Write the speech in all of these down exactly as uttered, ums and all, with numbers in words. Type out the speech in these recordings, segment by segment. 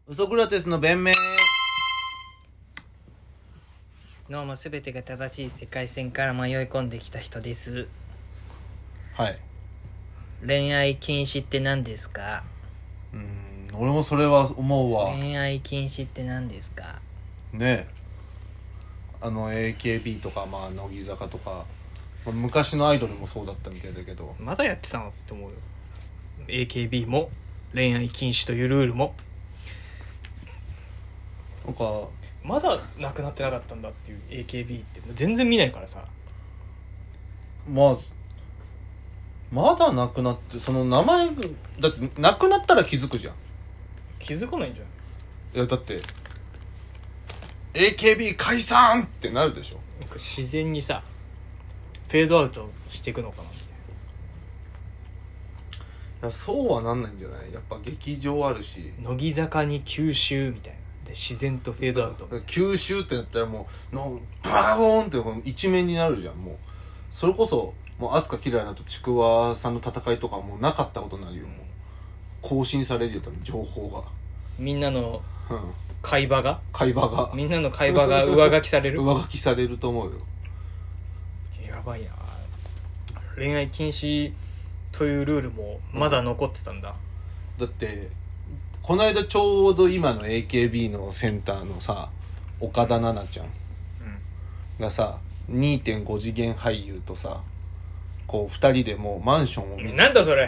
ウソクラテスの弁明。 どうも、すべてが正しい世界線から迷い込んできた人です。 はい。 恋愛禁止って何ですか？ うーん、俺もそれは思うわ。 恋愛禁止って何ですか？ ねえ、あの エーケービー とか、まあ乃木坂とか、まあ昔のアイドルもそうだったみたいだけど、 まだやってたのって思うよ。 エーケービー も恋愛禁止というルールもなんかまだなくなってなかったんだっていう。 エーケービー ってもう全然見ないからさ。 まあまだなくなって、その名前がだってなくなったら気づくじゃん。 気づかないんじゃん。 いやだって エーケービー 解散ってなるでしょ。 なんか自然にさフェードアウトしていくのかなみたいいやそうはなんないんじゃない？やっぱ劇場あるし、 な。乃木坂に吸収みたいなで自然とフェードアウト。 吸収ってなったらもうのバーゴーンってこの一面になるじゃん。もうそれこそもう飛鳥キララとちくわさんの戦いとかもうなかったことになるよ。もう更新されるよ多分情報が。 みんなのうん。 会話が会話がみんなの会話が上書きされる上書きされると思うよ。 やばいな。恋愛禁止というルールもまだ残ってたんだ、 だってこの間ちょうど今の エーケービー のセンターのさ岡田奈々ちゃんがさ にてんご 次元俳優とさこうふたりでもうマンションを見て、 なんだそれ。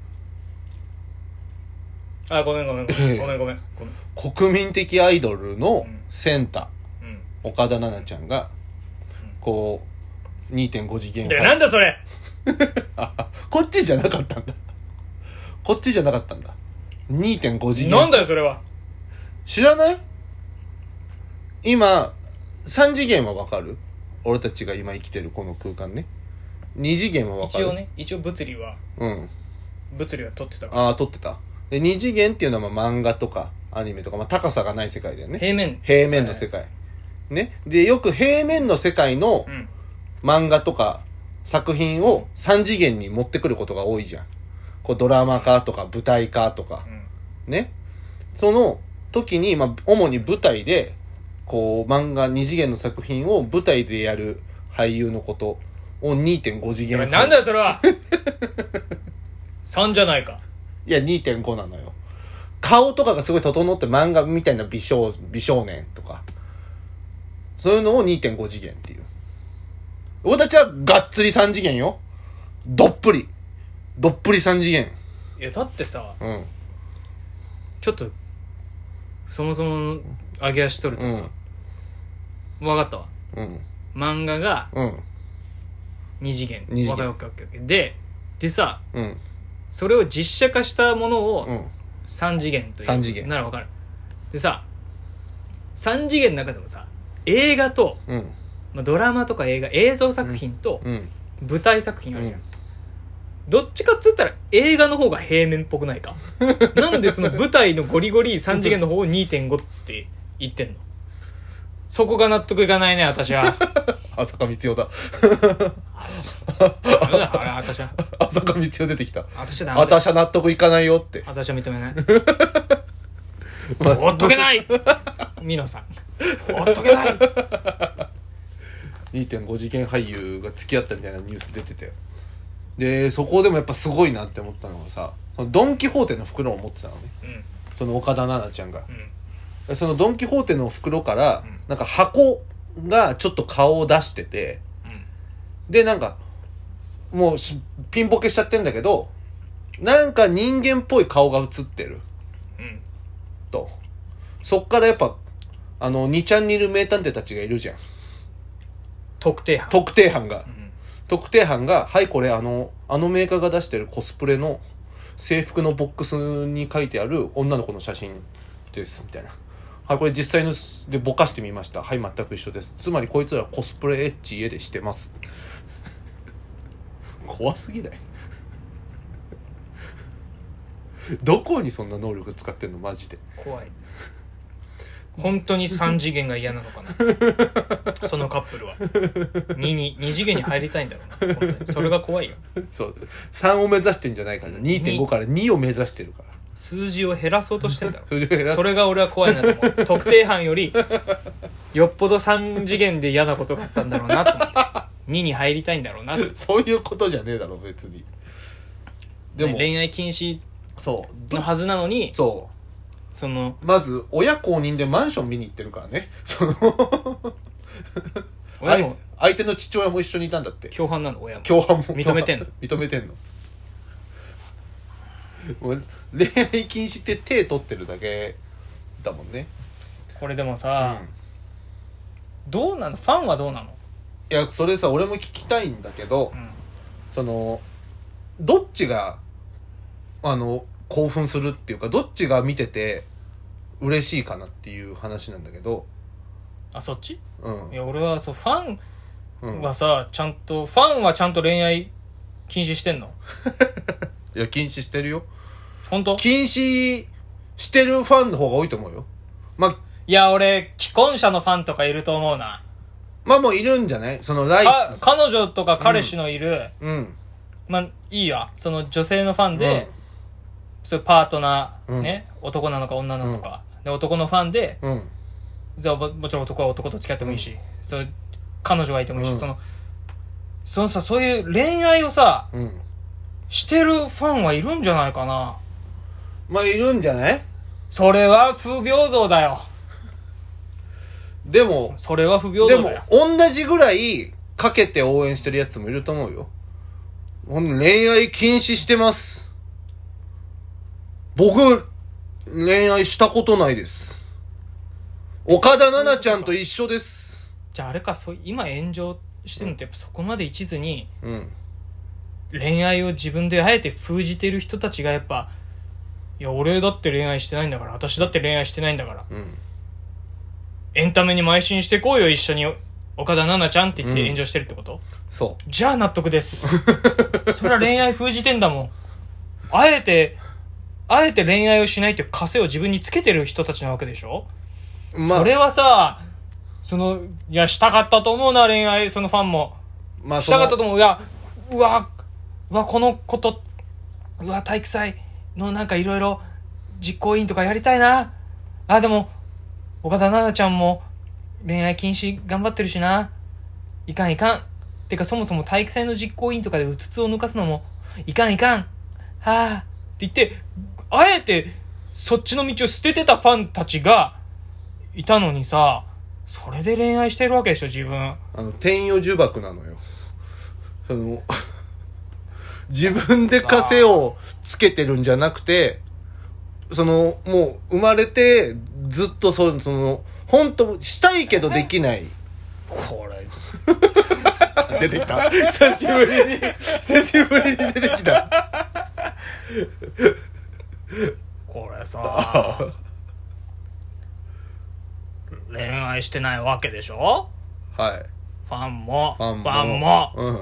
あ、ごめんごめんごめんごめんごめんごめん。 国民的アイドルのセンター、 うん、 岡田奈々ちゃんがこう にてんご 次元でなんだそれあこっちじゃなかったんだ。こっちじゃなかったんだ。 にてんご 次元なんだよそれは。 知らない？今さん次元はわかる？俺たちが今生きてるこの空間ね。に次元はわかる？ 一応ね、一応物理はうん物理は取ってたから。 ああ取ってた。でに次元っていうのはまあ漫画とかアニメとか、まあ、高さがない世界だよね。 平面平面の世界、はい、ね。でよく平面の世界の漫画とか作品をさん次元に持ってくることが多いじゃん。こうドラマ化とか舞台化とか、うん、ね。その時に、まあ、主に舞台でこう漫画に次元の作品を舞台でやる俳優のことを にてんご 次元。 なんだよそれはさんじゃないか。 いや にてんご なのよ。顔とかがすごい整って漫画みたいな美少美少年とかそういうのを にてんご 次元っていう。俺たちはがっつりさん次元よ。どっぷりどっぷりさん次元。 いやだってさ、 うん、 ちょっとそもそも上げ足取るとさ、うん、分かったわ、うん、漫画がに次元、うん、分かる。オッケーオッケーオッケー。ででさ、うん、それを実写化したものをさん次元という、 さん次元なら分かる。でささん次元の中でもさ映画と、うん、まあ、ドラマとか映画映像作品と舞台作品あるじゃん、うん、どっちかっつったら映画の方が平面っぽくないかなんでその舞台のゴリゴリさん次元の方を にてんご って言ってんの？そこが納得いかないね私は。 浅香光代だ。 ダメだあれ私は。 浅香光代出てきた。 私はダメだ。 私は納得いかないよって。 私は認めない。ほっとけないミノさんほっとけない。 にてんご 次元俳優が付き合ったみたいなニュース出てたよ。でそこでもやっぱすごいなって思ったのがさ、ドンキホーテの袋を持ってたのね、うん、その岡田奈々ちゃんが、うん、そのドンキホーテの袋から、うん、なんか箱がちょっと顔を出してて、うん、でなんかもうピンボケしちゃってんだけどなんか人間っぽい顔が映ってる、うん、とそっからやっぱあのにちゃんにいる名探偵たちがいるじゃん。 特定班特定班が、うん、特定班がはいこれあのあのメーカーが出してるコスプレの制服のボックスに書いてある女の子の写真ですみたいな。はいこれ実際のでぼかしてみました。はい全く一緒です。つまりこいつらコスプレエッチ家でしてます怖すぎないどこにそんな能力使ってんのマジで怖い。本当にさん次元が嫌なのかなそのカップルは 2, にに次元に入りたいんだろうな。本当にそれが怖いよ。 そうさんを目指してんじゃないから にてんご からにを目指してるから数字を減らそうとしてんだろ数字を減らすそれが俺は怖いなと思う特定班よりよっぽどさん次元で嫌なことがあったんだろうなと思ってにに入りたいんだろうなそういうことじゃねえだろ別に。 でも、ね、恋愛禁止のはずなのにそうそのまず親公認でマンション見に行ってるからねその親も相手の父親も一緒にいたんだって。 共犯なの親も共犯も認めてんの認めてんのもう恋愛禁止って手取ってるだけだもんね。 これでもさ、うん、どうなのファンはどうなの。 いやそれさ俺も聞きたいんだけど、うん、そのどっちがあの興奮するっていうかどっちが見てて嬉しいかなっていう話なんだけど。 あそっち、 うん、 いや俺はそうファンはさ、うん、ちゃんとファンはちゃんと恋愛禁止してんのいや禁止してるよ。 本当？ 禁止してるファンの方が多いと思うよ。まあ、 いや俺既婚者のファンとかいると思うな。 まあもういるんじゃないそのライか彼女とか彼氏のいる、 うん、うん、 まあいいやその女性のファンで、うん、そういうパートナー、うん、ね男なのか女なのか、うん、で男のファンで、うん、じゃあ も, もちろん男は男と付き合ってもいいし、うん、そう彼女がいてもいいし、うん、そのそのさそういう恋愛をさ、うん、してるファンはいるんじゃないかな。 まあいるんじゃない。 それは不平等だよ。 でもそれは不平等だよ。 でも同じぐらいかけて応援してるやつもいると思うよ。恋愛禁止してます。僕恋愛したことないです。岡田奈々ちゃんと一緒です。 じゃああれかそう今炎上してるのってやっぱそこまで一途に、 うん、 恋愛を自分であえて封じてる人たちがやっぱいや俺だって恋愛してないんだから私だって恋愛してないんだから、 うん、 エンタメに邁進してこうよ一緒に岡田奈々ちゃんって言って炎上してるってこと、うん、 そうじゃあ納得ですそれは恋愛封じてんだもん。あえてあえて恋愛をしないっていう枷を自分につけてる人たちなわけでしょ、まあ、それはさそのいやしたかったと思うな恋愛そのファンも、まあ、したかったと思う。いやうわうわこのことうわ体育祭のなんかいろいろ実行委員とかやりたいなあ。でも岡田奈々ちゃんも恋愛禁止頑張ってるしないかんいかんてかそもそも体育祭の実行委員とかでうつつを抜かすのもいかんいかんはぁって言ってあえてそっちの道を捨ててたファンたちがいたのにさそれで恋愛してるわけでしょ自分。 あの天与呪縛なのよ。その自分で枷をつけてるんじゃなくてそのもう生まれてずっとそその本当したいけどできないこれ出てきた久しぶりに久しぶりに出てきたこれさ恋愛してないわけでしょ。 はいファンもファンも、 ファンもうん、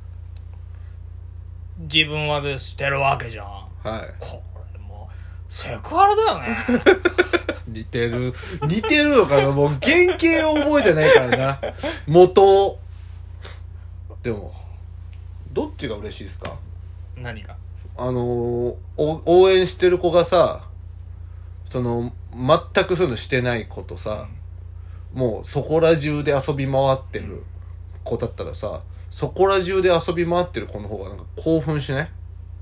自分はでしてるわけじゃん。 はいこれもうセクハラだよね似てる似てるのかな。もう原型を覚えてないからな元を。でもどっちが嬉しいですか。 何が。 あのー、応援してる子がさその全くそういうのしてない子とさ、うん、もうそこら中で遊び回ってる子だったらさそこら中で遊び回ってる子の方がなんか興奮しない？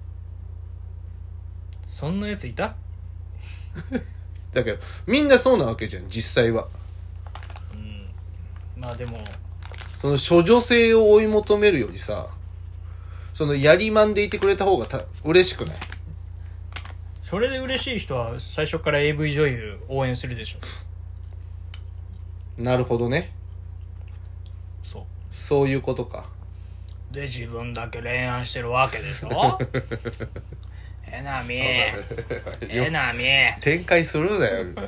そんなやついただけどみんなそうなわけじゃん実際は。 うんまあでもその処女性を追い求めるよりさそのやりまんでいてくれた方がた嬉しくない？ それで嬉しい人は最初から エーブイ 女優応援するでしょ。 なるほどね。 そうそういうことか。 で自分だけ恋愛してるわけでしょえなみえなみ展開するなよだ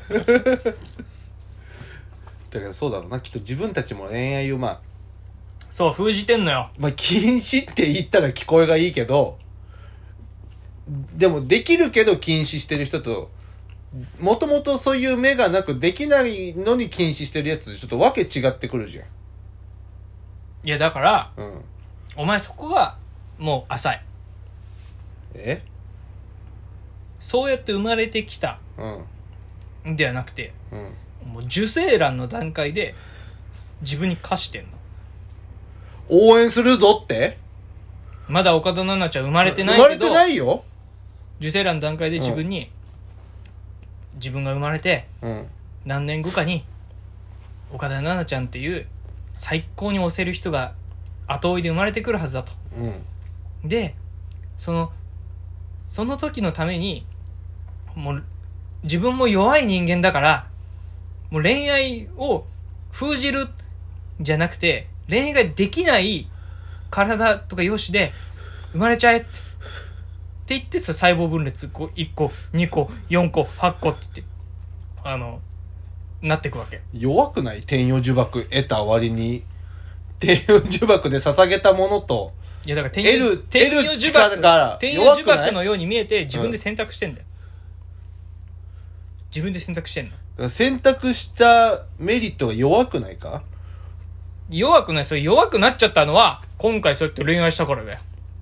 からそうだろうなきっと自分たちも恋愛をまあそう封じてんのよ。 まあ禁止って言ったら聞こえがいいけどでもできるけど禁止してる人ともともとそういう目がなくできないのに禁止してるやつちょっとわけ違ってくるじゃん。 いやだから、 うん、 お前そこがもう浅い。 えそうやって生まれてきたうんではなくて、 うんもう受精卵の段階で自分に課してんの。 応援するぞって。 まだ岡田奈々ちゃん生まれてないけど、 生まれてないよ。 受精卵の段階で自分に、うん、自分が生まれて、 うん、 何年後かに岡田奈々ちゃんっていう最高に推せる人が後追いで生まれてくるはずだと、 うん、 でそのその時のためにもう自分も弱い人間だからもう恋愛を封じるじゃなくて恋愛ができない体とか容姿で生まれちゃえってって言ってそ細胞分裂こういっこにこよんこはっこって言ってあのなっていくわけ。 弱くない？天与呪縛得た割に天与呪縛で捧げたものといやだから天与与天与呪縛から天与呪縛のように見えて自分で選択してんだよ、うん、自分で選択してんの。 選択したメリットが弱くないか？ 弱くない。それ弱くなっちゃったのは今回そうやって恋愛したからだよ。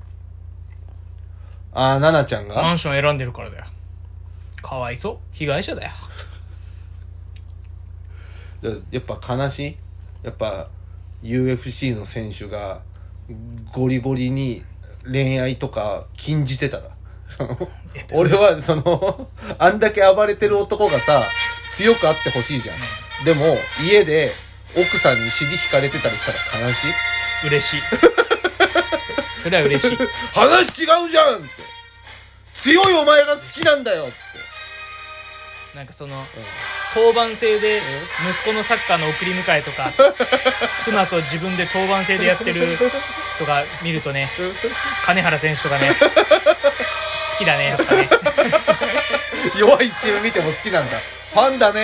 ああ、奈々ちゃんがマンション選んでるからだよ。かわいそう。被害者だよ。 やっぱ悲しい。やっぱ ユーエフシー の選手がゴリゴリに恋愛とか禁じてたら俺はそのあんだけ暴れてる男がさ強くあってほしいじゃん、うん、でも家で奥さんに尻引かれてたりしたら悲しい？ 嬉しいそれは嬉しい話違うじゃんって強いお前が好きなんだよってなんかその、うん、当番制で息子のサッカーの送り迎えとか妻と自分で当番制でやってるとか見るとね金原選手とかね好きだねやっぱね弱いチーム見ても好きなんだファンだね